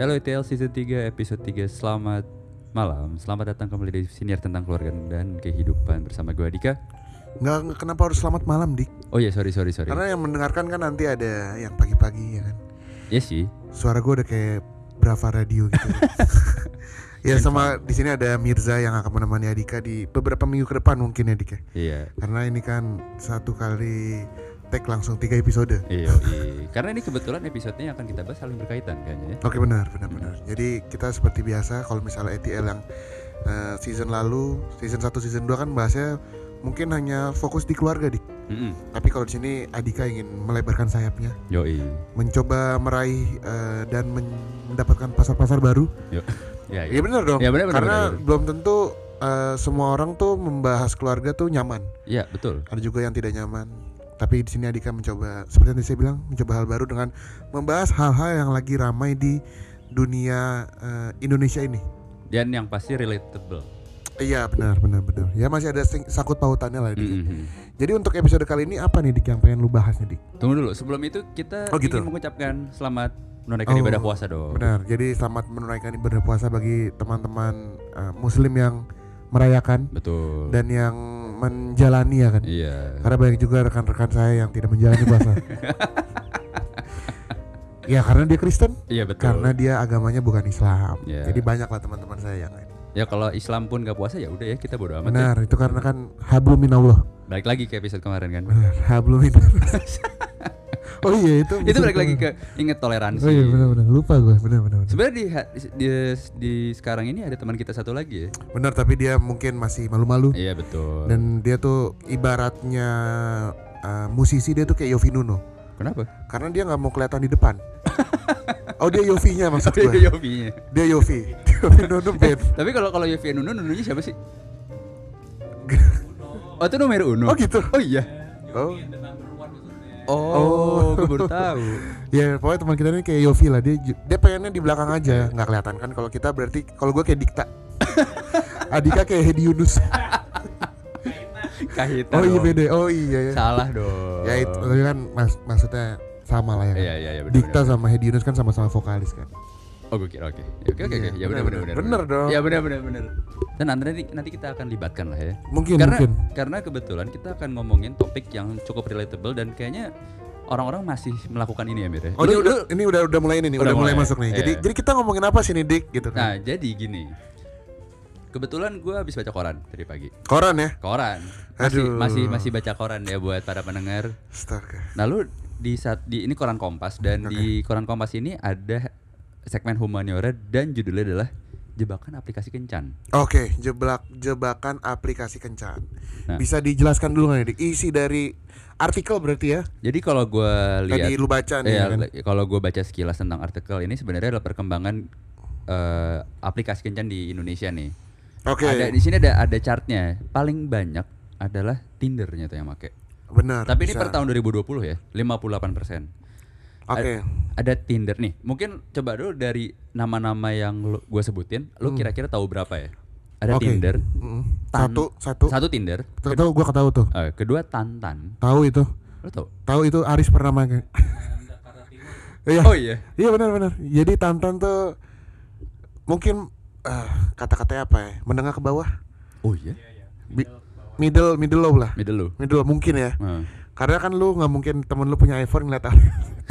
Hello ETL Season 3 Episode 3. Selamat malam. Selamat datang kembali di Siniar tentang keluarga dan kehidupan bersama gue Dika. Nggak, kenapa harus selamat malam, Dik? Oh iya, sorry. Karena yang mendengarkan kan nanti ada yang pagi-pagi ya kan. Iya sih. Suara gue udah kayak Brava Radio gitu. Ya sama di sini ada Mirza yang akan menemani Adika di beberapa minggu ke depan mungkin ya, Dik ya. Iya. Karena ini kan satu kali tag langsung 3 episode. Iya. Karena ini kebetulan episodenya yang akan kita bahas saling berkaitan kayaknya ya. Oke, benar. Jadi kita seperti biasa kalau misalnya ETL yang season lalu, season 1, season 2 kan bahasnya mungkin hanya fokus di keluarga, Dik. Tapi kalau di sini Adika ingin melebarkan sayapnya, Yoi. mencoba meraih dan mendapatkan pasar-pasar baru. Iya. Iya benar dong. Ya, benar. Karena belum tentu semua orang tuh membahas keluarga tuh nyaman. Iya, betul. Ada juga yang tidak nyaman. Tapi di sini Adika mencoba, seperti yang saya bilang, mencoba hal baru dengan membahas hal-hal yang lagi ramai di dunia Indonesia ini. Dan yang pasti relatable. Iya benar. Ya masih ada sakut pautannya lah, Dik. Jadi untuk episode kali ini apa nih, Dik, yang pengen lu bahas nih, Dik? Tunggu dulu, sebelum itu kita gitu. ingin mengucapkan selamat menunaikan ibadah puasa dong. Benar. Jadi selamat menunaikan ibadah puasa bagi teman-teman Muslim yang merayakan. Betul. Dan yang menjalani ya kan. Iya. Karena banyak juga rekan-rekan saya yang tidak menjalani puasa. Ya karena dia Kristen. Iya betul. Karena dia agamanya bukan Islam. Yeah. Jadi banyak lah teman-teman saya yang lain. Ya kalau Islam pun gak puasa ya udah ya kita bodo amat. Benar, ya. itu karena kan hablum minallah. Balik lagi ke episode kemarin kan. Benar, hablum minallah. Oh iya itu. Itu balik lagi ke inget toleransi. Oh iya benar, lupa gue, benar. Sebenarnya di sekarang ini ada teman kita satu lagi ya. Benar, tapi dia mungkin masih malu-malu. Iya betul. Dan dia tuh ibaratnya musisi, dia tuh kayak Yovie Nuno. Kenapa? Karena dia nggak mau kelihatan di depan. Oh dia Yovinya maksud gue. Dia Yovinya. Dia Yovie. Yovie Nuno band. Tapi kalau Yovie Nuno, Nunonya siapa sih? Oh itu nomor uno. Oh gitu. Oh iya. Oh, gue baru tahu. Ya pokoknya teman kita ini kayak Yovie lah. Dia pengennya di belakang aja, nggak kelihatan kan. Kalau kita berarti, kalau gue kayak Dikta. Adika kayak Hedi Yunus. Kahitna. Oh iya beda. Oh iya ya. Salah dong. Ya itu tapi kan maksudnya sama lah ya kan. Iya benar. Dikta sama Hedi Yunus kan sama-sama vokalis kan. Oh gue kira oke. Ya benar. Bener dong. Ya benar. Dan nanti kita akan libatkan lah ya. Mungkin. Karena kebetulan kita akan ngomongin topik yang cukup relatable dan kayaknya orang-orang masih melakukan ini ya Mir ya. Oh ini udah mulai ini nih, udah mulai masuk nih. Iya. Jadi kita ngomongin apa sih nih, Dik gitu kan. Nah jadi gini. Kebetulan gue habis baca koran tadi pagi. Koran ya? Koran. Aduh. Masih baca koran ya buat para pendengar. Astaga. Lalu ini koran Kompas dan di koran Kompas ini ada segmen humaniora dan judulnya adalah jebakan aplikasi kencan. Oke, jebakan aplikasi kencan. Nah. Bisa dijelaskan dulu nggak, Dik? Isi dari artikel berarti ya? Jadi kalau gue lihat tadi lu baca nih ya kan? Kalau gue baca sekilas tentang artikel ini sebenarnya adalah perkembangan aplikasi kencan di Indonesia nih. Oke. Di sini ada chartnya. Paling banyak adalah Tindernya tuh yang make. Benar. Tapi ini per tahun 2020 ya, 58%. Oke. Ada Tinder nih. Mungkin coba dulu dari nama-nama yang gue sebutin, lu kira-kira tahu berapa ya? Ada Tinder. Satu Tinder. Tahu, gua tahu tuh. Kedua Tantan. Tahu itu. Lu tahu? Tahu itu Aris pernah pakai. Iya. Oh iya. Iya benar. Jadi Tantan tuh mungkin kata-katanya apa ya? Menengah ke bawah. Oh iya. Middle low lah. Middle low mungkin ya. Karena kan lu nggak mungkin temen lu punya iPhone ngeliat Aris.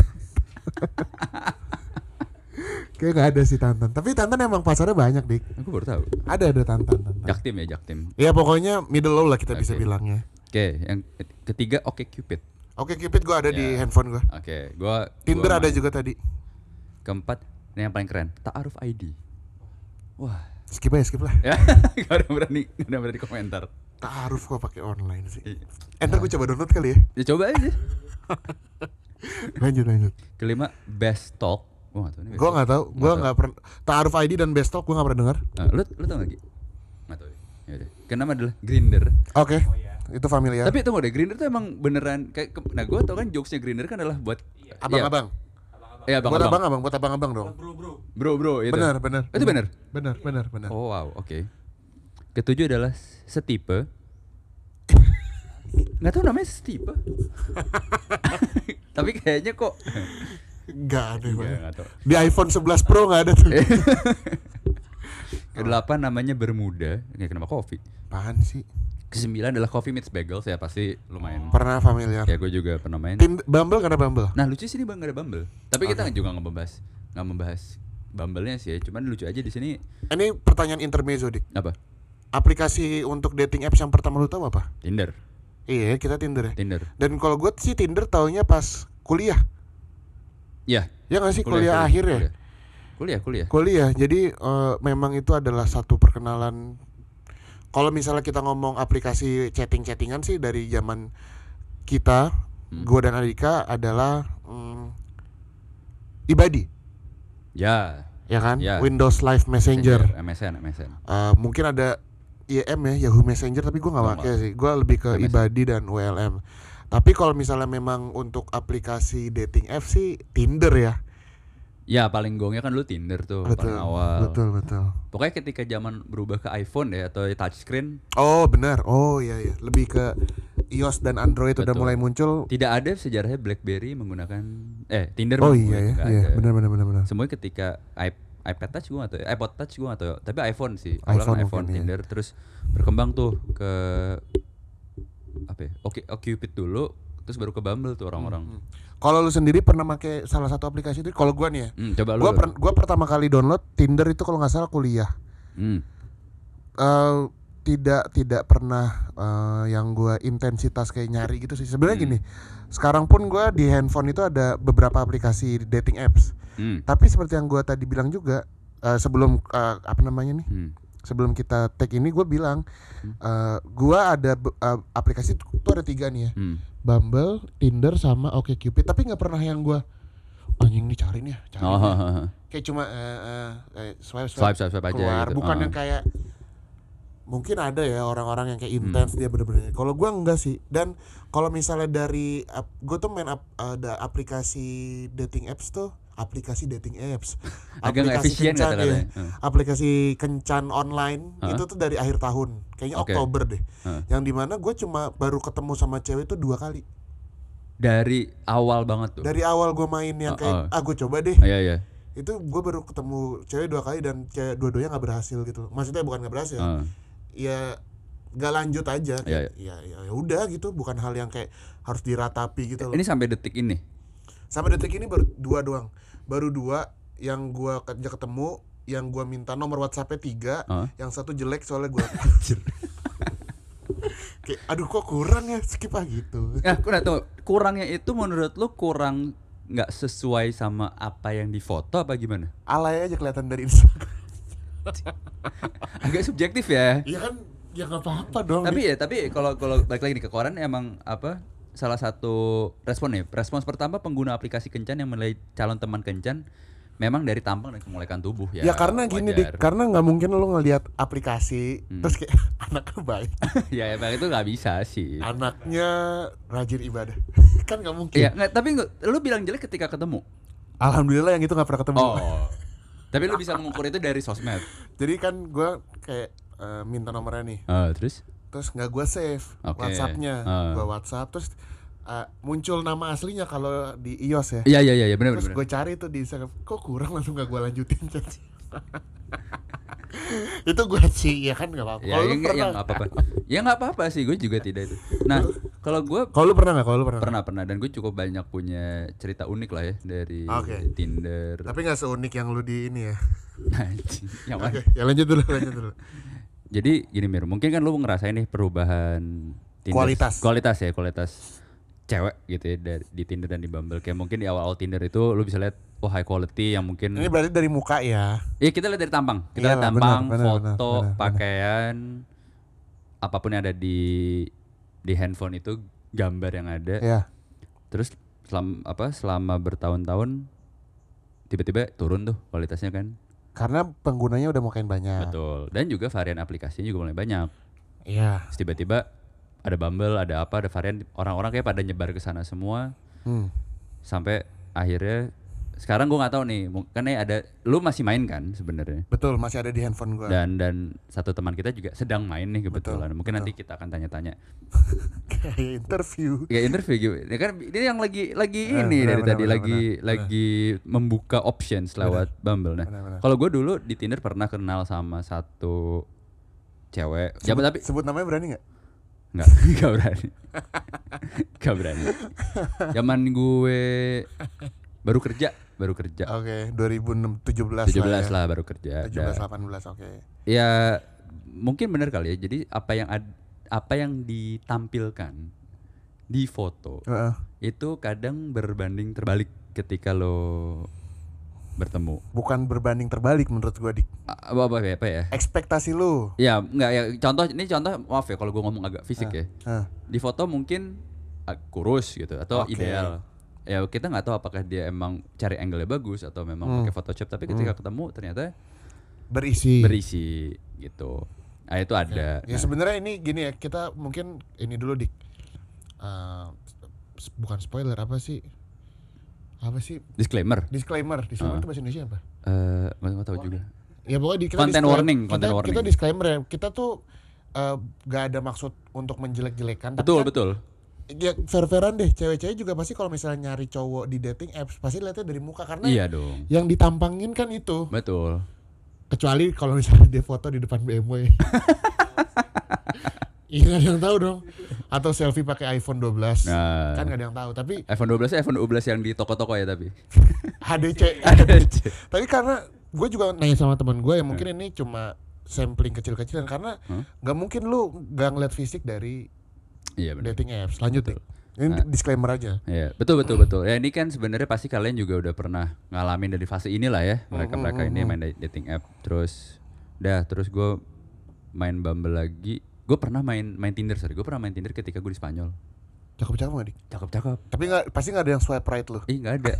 Kayak nggak ada sih Tantan. Tapi Tantan emang pasarnya banyak, Dik. Aku baru tahu. Ada Tantan. Jaktim. Ya pokoknya middle low lah kita bisa bilangnya. Oke, yang ketiga OkCupid. OkCupid gua ada di handphone gua. Oke, Tinder ada juga tadi. Keempat, ini yang paling keren, Ta'aruf ID. Wah, skip lah. Ya, gak ada berani komentar. Ta'aruf kok pakai online sih. Iya. Ntar gua coba download kali ya. Ya coba aja. Lanjut. Kelima, Best Talk. Gua nggak tahu. Gua nggak pernah. Ta'aruf ID dan Best Talk gua nggak pernah dengar. Lu tau nggak Gi? Nggak tahu. Ya udah. Keenam adalah Grindr. Oke. Itu familiar. Tapi tunggu deh, Grindr tuh emang beneran kayak. Nah gua tau kan jokesnya Grindr kan adalah buat abang-abang. Iya buat abang-abang dong. Bro itu. Benar. Itu benar. Benar. Oh wow, oke. Ketujuh adalah setipe. Nggak tahu namanya setipe. Tapi kayaknya kok Nggak ada banget. Nggak tahu. Di iPhone 11 Pro nggak ada tuh. Ke-8 namanya Bermuda. Ini kenapa coffee? Apaan sih? Ke-9 adalah Coffee Meets Bagels ya, pasti lumayan. Pernah familiar. Ya gue juga pernah main. Bumble karena Bumble. Nah lucu sih ini bang gak ada Bumble. Tapi kita juga nggak membahas Bumble-nya sih. Cuman lucu aja di sini. Ini pertanyaan intermezzo dik. Apa? Aplikasi untuk dating apps yang pertama lu tahu apa? Tinder. Iya kita Tinder ya. Tinder. Dan kalau gue sih Tinder taunya pas kuliah. Ya. Ya nggak sih kuliah akhir ya. Kuliah. Jadi memang itu adalah satu perkenalan. Kalau misalnya kita ngomong aplikasi chattingan sih dari zaman kita, gue dan Adika adalah Ibadi. Ya kan? Ya. Windows Live Messenger. MSN. Mungkin ada IM ya, Yahoo Messenger, tapi gue nggak pakai sih. Gue lebih ke MSN. Ibadi dan WLM. Tapi kalau misalnya memang untuk aplikasi dating app sih Tinder ya. Ya paling gongnya kan dulu Tinder tuh betul, paling awal. Betul. Pokoknya ketika zaman berubah ke iPhone ya atau touchscreen. Oh benar. Oh iya. Lebih ke iOS dan Android udah mulai muncul. Tidak ada sejarahnya BlackBerry menggunakan Tinder. Oh iya. Benar. Semuanya ketika iPad Touch gue atau iPod Touch gue atau tapi iPhone sih. iPhone Tinder terus berkembang tuh ke apa ya? Cupid dulu terus baru ke Bumble tuh orang-orang. Kalau lu sendiri pernah pakai salah satu aplikasi itu? Kalau gua nih ya, coba lu. Gua pertama kali download Tinder itu kalau nggak salah kuliah. Tidak pernah yang gua intensitas kayak nyari gitu sih. Sebenarnya gini, sekarang pun gua di handphone itu ada beberapa aplikasi dating apps. Tapi seperti yang gua tadi bilang juga sebelum sebelum kita tag ini gue bilang gua ada aplikasi itu ada 3 nih ya. Bumble, Tinder sama OkCupid, tapi nggak pernah yang gue anjing nih cari nih ya. Kayak cuma swipe aja keluar, gitu. Bukan yang kayak mungkin ada ya orang-orang yang kayak intens dia bener-bener. Kalau gue enggak sih. Dan kalau misalnya dari gue tuh main ada aplikasi dating apps tuh. Aplikasi dating apps, agak nggak efisien kata-katanya. Aplikasi kencan online itu tuh dari akhir tahun, kayaknya Oktober deh. Yang dimana gue cuma baru ketemu sama cewek itu 2 kali. Dari awal banget tuh. Dari awal gue main yang kayak gue coba deh. Iya. Itu gue baru ketemu cewek 2 kali dan cewek dua-duanya nggak berhasil gitu. Maksudnya bukan nggak berhasil. Ya nggak lanjut aja. Ya udah gitu, bukan hal yang kayak harus diratapi gitu loh. Ini sampai detik ini. Sampai detik ini baru 2 doang. Baru 2 yang gua kerja ketemu, yang gua minta nomor WhatsApp-nya 3, yang satu jelek soalnya gua kayak aduh kok kurang ya, skip gitu. Ya, aku udah tahu. Kurangnya itu menurut lu kurang nggak sesuai sama apa yang difoto apa gimana? Alay aja kelihatan dari Instagram. Agak subjektif ya. Iya kan, ya nggak apa-apa dong. Tapi kalau balik lagi nih ke koran emang apa? Salah satu respons pertama pengguna aplikasi kencan yang menilai calon teman kencan memang dari tampang dan kemolekan tubuh ya. Ya karena gini dik, karena nggak mungkin lo ngelihat aplikasi terus kayak anaknya baik. Ya emang itu nggak bisa sih. Anaknya rajin ibadah, kan nggak mungkin. Iya tapi lu bilang jelek ketika ketemu. Alhamdulillah yang itu nggak pernah ketemu. Oh. Tapi lu bisa mengukur itu dari sosmed. Jadi kan gue kayak minta nomornya nih. Terus nggak gue save WhatsApp-nya, gue WhatsApp terus muncul nama aslinya kalau di iOS ya. Iya benar. Terus gue cari tuh di Instagram, kok kurang, langsung nggak gue lanjutin chat. Itu gue sih ya kan nggak apa-apa. Ya nggak apa-apa sih, gue juga tidak itu. Nah kalau lu pernah nggak? Pernah dan gue cukup banyak punya cerita unik lah ya dari Tinder. Tapi nggak seunik yang lu di ini ya. Yang mana? Ya lanjut dulu. Jadi gini Mir, mungkin kan lu ngerasain nih perubahan Tinder, kualitas cewek gitu ya di Tinder dan di Bumble. Kayak mungkin di awal Tinder itu lu bisa lihat high quality yang mungkin. Ini berarti dari muka ya? Iya kita lihat dari tampang. Kita lihat tampang, foto, pakaian, apapun yang ada di handphone itu, gambar yang ada. Iya. Terus selama bertahun-tahun tiba-tiba turun tuh kualitasnya kan. Karena penggunanya udah makin banyak. Betul. Dan juga varian aplikasinya juga mulai banyak. Iya. Terus tiba-tiba ada Bumble, ada varian, orang-orang kayak pada nyebar ke sana semua. Sampai akhirnya sekarang gue nggak tahu nih, karena ada, lu masih main kan sebenarnya? Betul, masih ada di handphone gue. Dan satu teman kita juga sedang main nih kebetulan. Betul, mungkin nanti kita akan tanya-tanya. Kayak interview. Ya interview gitu. Ya kan dia yang lagi ini dari tadi lagi membuka options lewat Bumble. Nah, kalau gue dulu di Tinder pernah kenal sama satu cewek. Sebut namanya berani nggak? Nggak berani. Nggak berani. Zaman gue baru kerja. Oke, 2017 lah baru kerja. 17-18, oke. Ya mungkin benar kali ya. Jadi apa yang ditampilkan di foto itu kadang berbanding terbalik ketika lo bertemu. Bukan berbanding terbalik menurut gue, Dik. Apa ya? Ekspektasi lu. Ya, enggak ya. Contoh maaf ya kalau gue ngomong agak fisik ya. Di foto mungkin kurus gitu atau ideal. Ya kita nggak tahu apakah dia emang cari angle-nya bagus atau memang pakai Photoshop, tapi ketika ketemu ternyata berisi gitu. Nah itu ada. Ya sebenarnya ini gini ya, kita mungkin ini dulu Dik. Bukan spoiler, apa sih? Disclaimer itu bahasa Indonesia apa? Nggak tahu juga. Ya pokoknya kita content warning. Kita disclaimer ya. Kita tuh gak ada maksud untuk menjelek-jelekan. Betul. Ya fair-fairan deh, cewek-cewek juga pasti kalau misalnya nyari cowok di dating apps pasti lihatnya dari muka, karena iya dong, yang ditampangin kan itu. Betul. Kecuali kalau misalnya dia foto di depan BMW. Iya, gak ada yang tahu dong. Atau selfie pakai iPhone 12. Kan gak ada yang tahu. Tapi iPhone 12 yang di toko-toko ya tapi. HDC. Tapi karena gue juga nanya sama teman gue yang mungkin ini cuma sampling kecil-kecilan, karena gak mungkin lu gak ngeliat fisik dari dating apps. Lanjut deh. Ini disclaimer aja. Iya, betul. Ya ini kan sebenarnya pasti kalian juga udah pernah ngalamin dari fase inilah ya. Mereka ini main dating app, terus gue main Bumble lagi. Gue pernah main Tinder, gue pernah main Tinder ketika gue di Spanyol. Cakep gak, Dik? Cakep. Tapi pasti gak ada yang swipe right lu. Nggak ada.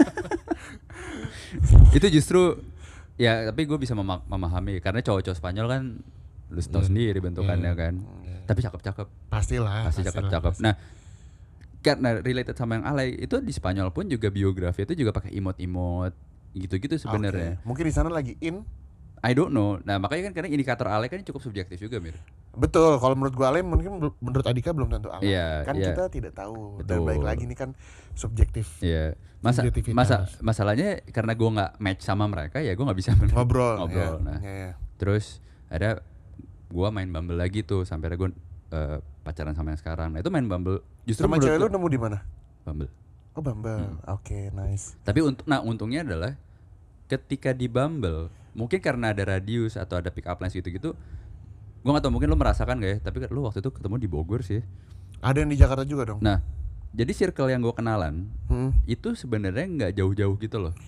Itu justru ya, tapi gue bisa memahami karena cowok-cowok Spanyol kan lu tahu sendiri bentukannya kan. Tapi cakep. Pasti cakep. Nah, karena related sama yang alay itu di Spanyol pun juga biografi itu juga pakai emot gitu sebenarnya. Mungkin di sana lagi in. I don't know. Nah makanya kan karena indikator alay kan cukup subjektif juga, Mir. Betul. Kalau menurut gue alay, mungkin menurut Adika belum tentu alay. Kita tidak tahu. Betul. Dan baik lagi ini kan subjektif. Iya. Masalahnya karena gue nggak match sama mereka, ya gue nggak bisa ngobrol. Nah, terus ada gue main Bumble lagi tuh sampai gue pacaran sama yang sekarang. Nah itu main Bumble justru sama cewek lu nemu di mana? Bumble. Oh Bumble. Oke, nice. Tapi untungnya adalah ketika di Bumble mungkin karena ada radius atau ada pick up lines gitu-gitu, gue nggak tahu, mungkin lu merasakan gak ya? Tapi lu waktu itu ketemu di Bogor sih. Ada yang di Jakarta juga dong. Nah jadi circle yang gue kenalan itu sebenarnya nggak jauh-jauh gitu loh.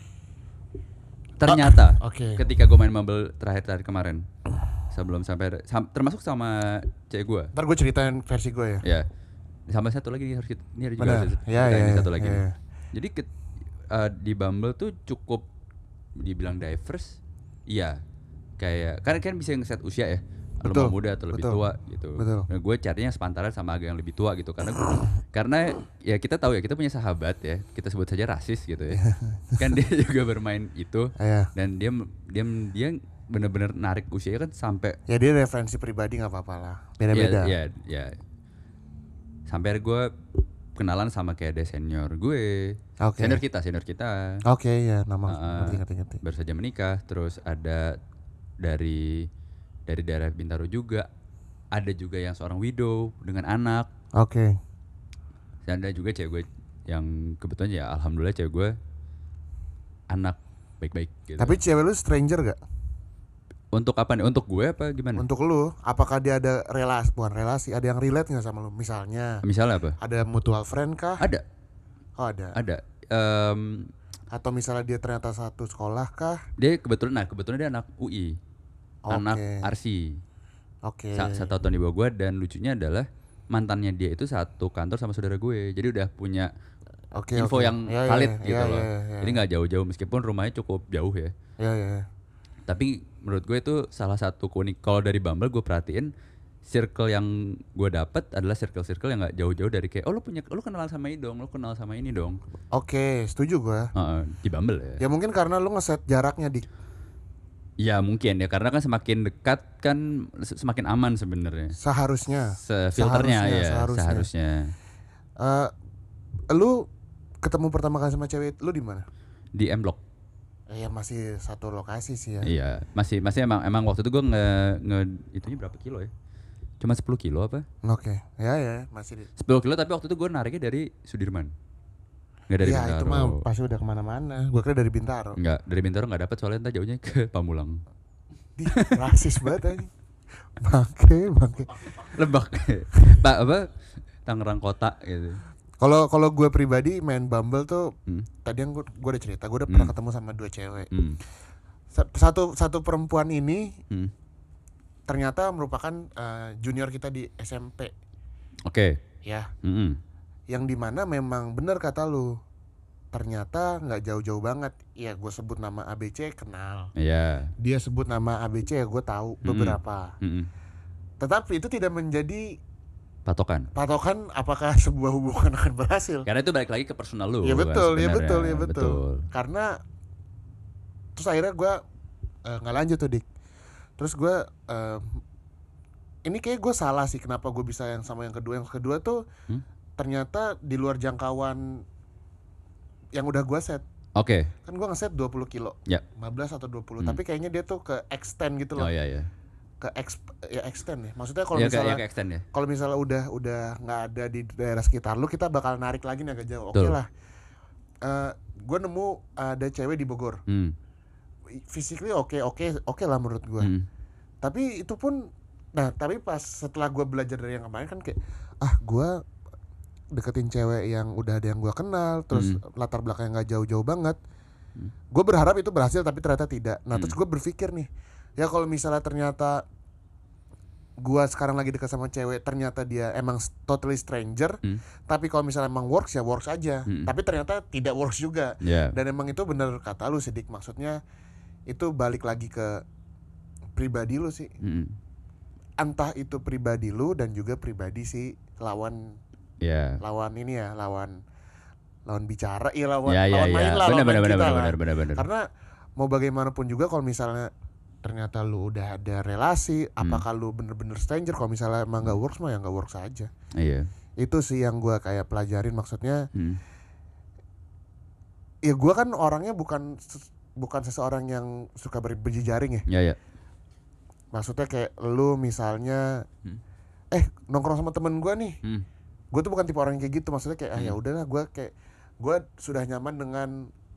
Ternyata ketika gue main Bumble terakhir kemarin, sebelum sampai termasuk sama cewek gue. Ntar gue ceritain versi gue ya. Ya. Sama satu lagi ini ada juga satu lagi. Jadi di Bumble tuh cukup dibilang diverse. Iya. Kayak kan bisa ngeset usia ya. Lu mau muda atau lebih tua gitu. Nah, gue carinya sepantaran sama agak yang lebih tua gitu karena ya kita tahu ya, kita punya sahabat ya, kita sebut saja rasis gitu ya. Kan dia juga bermain itu dan dia bener-bener narik usianya kan sampai ya, dia referensi pribadi nggak apa-apa lah, beda-beda. Ya. Sampai gue kenalan sama kayak ada senior gue, senior kita. Ya nama ngerti. Baru saja menikah. Terus ada dari daerah Bintaro juga, ada juga yang seorang widow dengan anak. Dan ada juga cewek gue yang kebetulan ya alhamdulillah cewek gue anak baik-baik gitu. Tapi cewek lu stranger gak? Untuk apa nih? Untuk gue apa gimana? Untuk lu, apakah dia ada relasi, ada yang relate nggak sama lu? Misalnya apa? Ada mutual friend kah? Ada. Oh ada. Atau misalnya dia ternyata satu sekolah kah? Dia kebetulan dia anak UI, anak Arsi. Satu tahun di bawah gue, dan lucunya adalah mantannya dia itu satu kantor sama saudara gue, jadi udah punya info yang valid gitu loh. Jadi nggak jauh-jauh meskipun rumahnya cukup jauh ya. Tapi menurut gue itu salah satu kalau dari Bumble gue perhatiin circle yang gue dapet adalah circle yang nggak jauh-jauh dari kayak lu kenalan sama ini dong, lu kenal sama ini dong. Oke, setuju gue. Di Bumble ya. Ya mungkin karena lu ngeset jaraknya dik. Ya mungkin ya, karena kan semakin dekat kan semakin aman sebenarnya. Seharusnya. Filternya ya. Seharusnya. Lu ketemu pertama kali sama cewek lu di mana? Di M Block. Ya masih satu lokasi sih ya. Iya, masih emang waktu itu gue itunya berapa kilo ya? Cuma 10 kilo apa? Oke. Ya masih 10 kilo, tapi waktu itu gue nariknya dari Sudirman. Enggak dari Bintaro. Iya, itu mah pasti udah kemana-mana. Gue kira dari Bintaro. Enggak, dari Bintaro enggak dapat soalnya entar jauhnya ke Pamulang. Rasis banget aja. Bangke. Lebak. Pak apa? Tangerang kota gitu. Kalau gue pribadi main Bumble tuh tadi yang gue udah cerita, gue udah pernah ketemu sama 2 cewek. Satu perempuan ini ternyata merupakan junior kita di SMP. Oke. Ya. Yang dimana memang benar kata lu, ternyata nggak jauh-jauh banget. Ya gue sebut nama ABC kenal. Iya. Dia sebut nama ABC ya gue tahu beberapa. Tetapi itu tidak menjadi patokan apakah sebuah hubungan akan berhasil. Karena itu balik lagi ke personal lu. Ya betul, kan, ya betul. Karena terus akhirnya gue nggak lanjut tuh dik. Terus gue ini kayak gue salah sih kenapa gue bisa yang sama yang kedua tuh ternyata di luar jangkauan yang udah gue set. Oke. Kan gue ngeset 20 kilo, 15 atau 20, tapi kayaknya dia tuh ke extend gitu loh. Oh iya. Ke extend ya. Maksudnya kalau kalau misalnya udah nggak ada di daerah sekitar lu, kita bakal narik lagi nih agak jauh. Oke lah. Gue nemu ada cewek di Bogor. Physically oke lah menurut gue. Tapi itu pun, tapi pas setelah gue belajar dari yang kemarin kan kayak gue deketin cewek yang udah ada yang gue kenal, terus latar belakangnya nggak jauh-jauh banget. Gue berharap itu berhasil tapi ternyata tidak. Terus gue berpikir nih, ya kalau misalnya ternyata gue sekarang lagi dekat sama cewek, ternyata dia emang totally stranger, tapi kalau misalnya emang works ya works aja, tapi ternyata tidak works juga. Dan emang itu bener kata lu Sidik, maksudnya itu balik lagi ke pribadi lu sih. Entah itu pribadi lu dan juga pribadi si lawan bicara, lawan main lah, benar. Karena mau bagaimanapun juga kalau misalnya ternyata lu udah ada relasi, apakah lu bener-bener stranger, kalau misalnya emang nggak works mah ya nggak works aja. Itu sih yang gue kayak pelajarin, maksudnya ya gue kan orangnya bukan seseorang yang suka berjejaring ya. Maksudnya kayak lu misalnya nongkrong sama temen gue nih, gue tuh bukan tipe orang yang kayak gitu. Maksudnya kayak ya udahlah, gue sudah nyaman dengan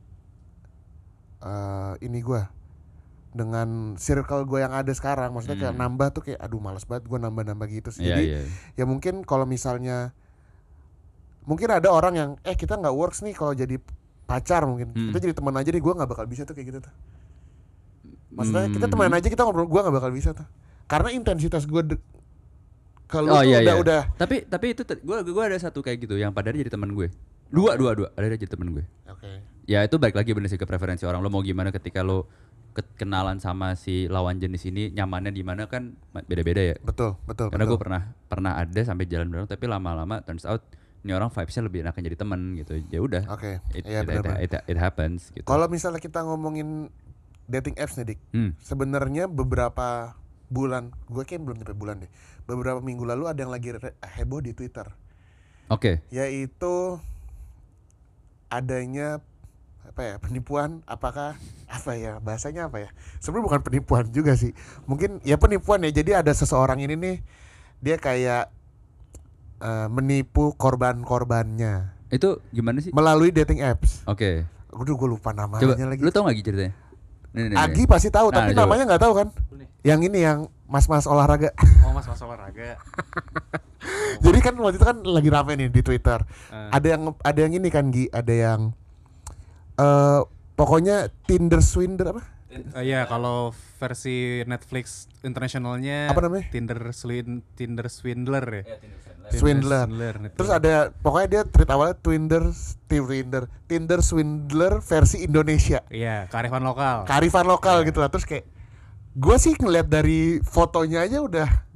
dengan circle gue yang ada sekarang. Maksudnya kayak nambah tuh kayak aduh malas banget gue nambah gitu sih. Jadi ya mungkin kalau misalnya ada orang yang kita nggak works nih kalau jadi pacar, mungkin kita jadi teman aja deh. Gue nggak bakal bisa tuh kayak gitu tuh. Maksudnya kita teman aja, kita ngobrol, gue nggak bakal bisa tuh karena intensitas gue kalau udah. Tapi itu gue ada satu kayak gitu yang pada jadi teman gue. Dua ada jadi teman gue. Oke. Ya itu balik lagi bener sih ke preferensi orang. Lo mau gimana ketika lo kenalan sama si lawan jenis ini, nyamannya di mana kan beda-beda ya. Betul. Karena gue pernah ada sampai jalan bareng, tapi lama-lama turns out ini orang vibes-nya lebih enakan jadi teman gitu. Ya udah. Oke. It happens gitu. Kalau misalnya kita ngomongin dating apps nih Dik, sebenarnya beberapa bulan, gue kayak belum nyampe bulan deh, beberapa minggu lalu ada yang lagi heboh di Twitter. Oke. Yaitu adanya penipuan, bahasanya apa ya? Sebenarnya bukan penipuan juga sih, mungkin ya penipuan ya. Jadi ada seseorang ini nih, dia kayak menipu korban-korbannya. Itu gimana sih? Melalui dating apps. Oke. Gue lupa namanya lagi. Lu tau gak ceritanya? Agi pasti tahu, tapi namanya nggak tahu kan? Yang ini yang mas-mas olahraga. Oh, mas-mas olahraga. Jadi kan waktu itu kan lagi rame nih di Twitter. Ada yang ini kan ada yang pokoknya Tinder swindler apa? Iya, kalau versi Netflix internasionalnya apa namanya? Tinder swindler ya. Swindler. Terus ada pokoknya dia tweet awalnya Tinder swindler versi Indonesia. Iya, kearifan lokal gitu lah. Terus kayak gue sih ngeliat dari fotonya aja udah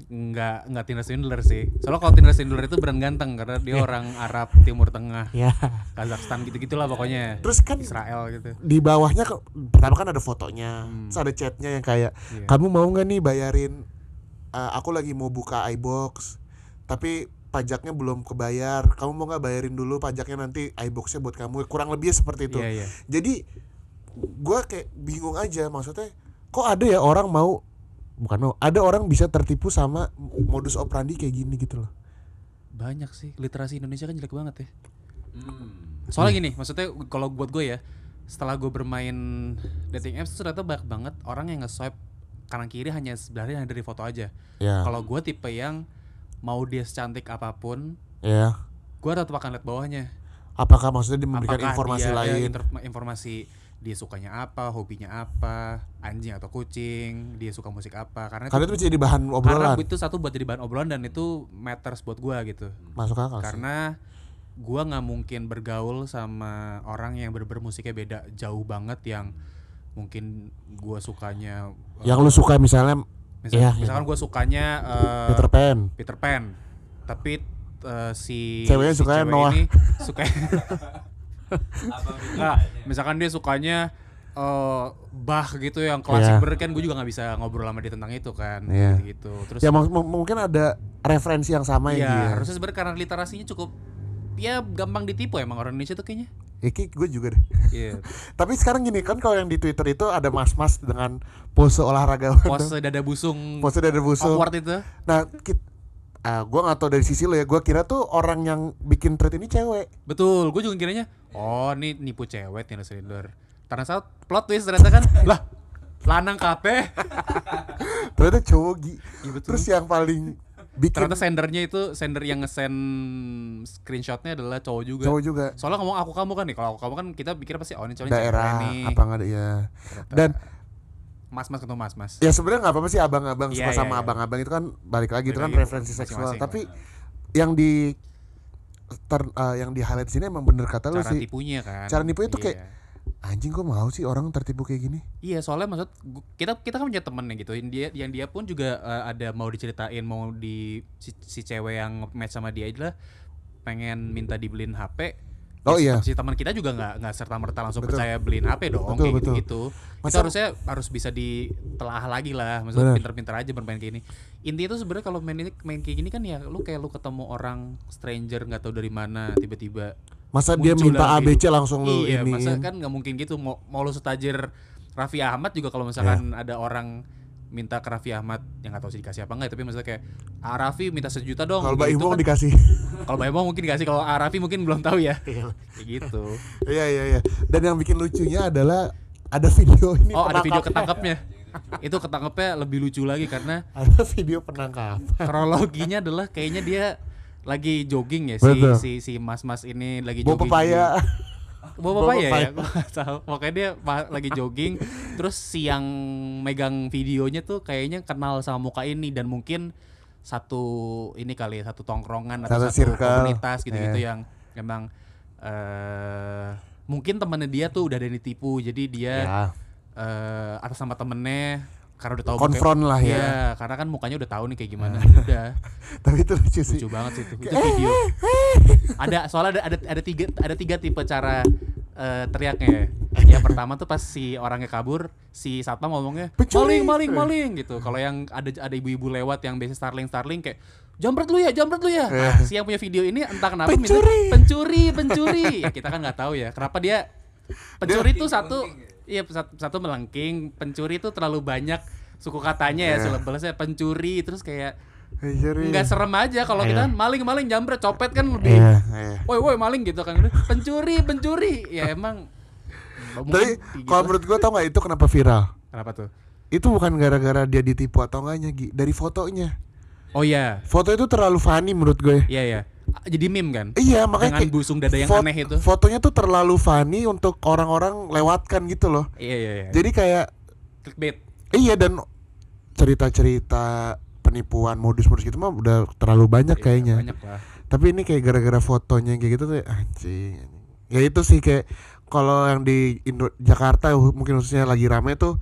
nggak Tinder Swindler sih. Soalnya kalau Tinder Swindler itu beneran ganteng karena dia orang Arab Timur Tengah, Kazakhstan gitu-gitulah pokoknya. Terus kan Israel gitu. Di bawahnya pertama kan ada fotonya, terus ada chatnya yang kayak kamu mau nggak nih bayarin, aku lagi mau buka iBox tapi pajaknya belum kebayar, kamu mau nggak bayarin dulu pajaknya, nanti iBoxnya buat kamu, kurang lebih seperti itu. Jadi gue kayak bingung aja, maksudnya kok ada ya orang ada orang bisa tertipu sama modus operandi kayak gini gitu loh. Banyak sih, literasi Indonesia kan jelek banget ya. Soalnya gini, maksudnya kalau buat gue ya, setelah gue bermain dating apps ternyata banyak banget orang yang nge-swipe kanan kiri hanya sebenarnya dari foto aja. Kalau gue tipe yang mau dia secantik apapun, gue tetap akan lihat bawahnya. Apakah maksudnya dia memberikan informasi lain? Informasi dia sukanya apa, hobinya apa, anjing atau kucing, dia suka musik apa, karena itu bisa jadi bahan obrolan. Karena itu satu buat jadi bahan obrolan dan itu matters buat gue gitu. Masuk akal. Karena gue nggak mungkin bergaul sama orang yang bermusiknya beda jauh banget, yang mungkin gue sukanya yang lu suka misalkan gue sukanya Peter Pan, tapi si ceweknya Noah ini suka misalkan dia sukanya Bach gitu yang klasik kan gue juga nggak bisa ngobrol sama dia tentang itu kan, gitu. Terus ya mungkin ada referensi yang sama ya. Harusnya sebenarnya karena literasinya cukup gampang ditipu emang orang Indonesia tuh kayaknya. Kayak gue juga deh. Tapi sekarang gini kan, kalau yang di Twitter itu ada mas-mas dengan pose olahragawan, pose dada busung awkward itu. Nah gue nggak tahu dari sisi lo ya, gue kira tuh orang yang bikin tweet ini cewek. Betul, gue juga kiranya ini nipu cewek Tinder Swindler. Karena saat plot twist ternyata kan lah lanang kape. Ternyata cowok betul. Terus yang paling bikin, ternyata sender yang nge-send screenshotnya adalah cowok juga. Soalnya ngomong aku kamu kan nih, kalau aku kamu kan kita pikir pasti ini cowoknya daerah nih. Apa nggak ada ya. Dan mas ketemu mas. Ya sebenarnya nggak apa-apa sih abang-abang suka sama abang-abang itu kan balik lagi itu kan referensi seksual. Tapi yang di highlight sini emang bener kata lu sih. Cara tipunya tuh kayak anjing, kok mau sih orang tertipu kayak gini? Iya, soalnya maksud kita kan punya temen gitu. Dia pun juga ada mau diceritain, mau si cewek yang match sama dia adalah pengen minta dibeliin HP. Si teman kita juga nggak serta-merta langsung percaya beliin HP dong, kayak gitu. Kita harus bisa ditelaah lagi lah, maksudnya pinter-pinter aja bermain kayak gini. Intinya tuh sebenarnya kalau main kayak gini kan ya lu ketemu orang stranger nggak tahu dari mana tiba-tiba. Masa dia minta ABC langsung lu ini? Iya, masa kan nggak mungkin gitu. Mau lu setajir Raffi Ahmad juga kalau misalkan ada orang minta ke Raffi Ahmad yang nggak tahu sih dikasih apa enggak, tapi maksudnya kayak Raffi minta 1 juta dong. Kalau Mbak Imong kan dikasih. Kalau Mbak Imong mungkin dikasih, kalau Raffi mungkin belum tahu ya. Kayak gitu. Iya. Dan yang bikin lucunya adalah ada video ini. Ada video ketangkapnya. Itu ketangkapnya lebih lucu lagi karena ada video penangkapan. Kronologinya adalah kayaknya dia lagi jogging ya, si mas-mas ini lagi jogging. Bawa papaya ya, gue gak tahu. Pokoknya dia lagi jogging, terus si yang megang videonya tuh kayaknya kenal sama muka ini dan mungkin satu tongkrongan atau satu komunitas gitu-gitu yang memang mungkin temannya dia tuh udah ada yang ditipu, jadi dia atas nama temennya karena udah tahu konfront lah ya. Iya, karena kan mukanya udah tahu nih kayak gimana. Udah. Tapi itu lucu banget sih itu. Itu video. Soalnya ada tiga tipe cara teriaknya. Yang pertama tuh pas si orangnya kabur, si satpam ngomongnya maling gitu. Kalau yang ada ibu-ibu lewat yang biasa starling kayak jambret lu ya. Nah, si yang punya video ini entah kenapa pencuri. Ya, kita kan nggak tahu ya kenapa dia pencuri tuh satu melengking, pencuri itu terlalu banyak suku katanya ya, silabelnya pencuri, terus kayak nggak serem aja kalau kita maling jambret, copet kan lebih woi maling gitu kan, pencuri ya emang. Tapi kalau menurut gue tau nggak itu kenapa viral? Kenapa tuh? Itu bukan gara-gara dia ditipu atau enggaknya, dari fotonya. Oh iya. Foto itu terlalu funny menurut gue. Iya. Jadi meme kan? Iya, makanya dengan busung dada yang aneh itu. Fotonya tuh terlalu funny untuk orang-orang lewatkan gitu loh. Iya. Jadi kayak clickbait. Iya, dan cerita-cerita penipuan modus-modus gitu mah udah terlalu banyak kayaknya. Banyak lah. Tapi ini kayak gara-gara fotonya kayak gitu tuh anjing. Ya itu sih kayak kalau yang di Jakarta mungkin khususnya lagi rame tuh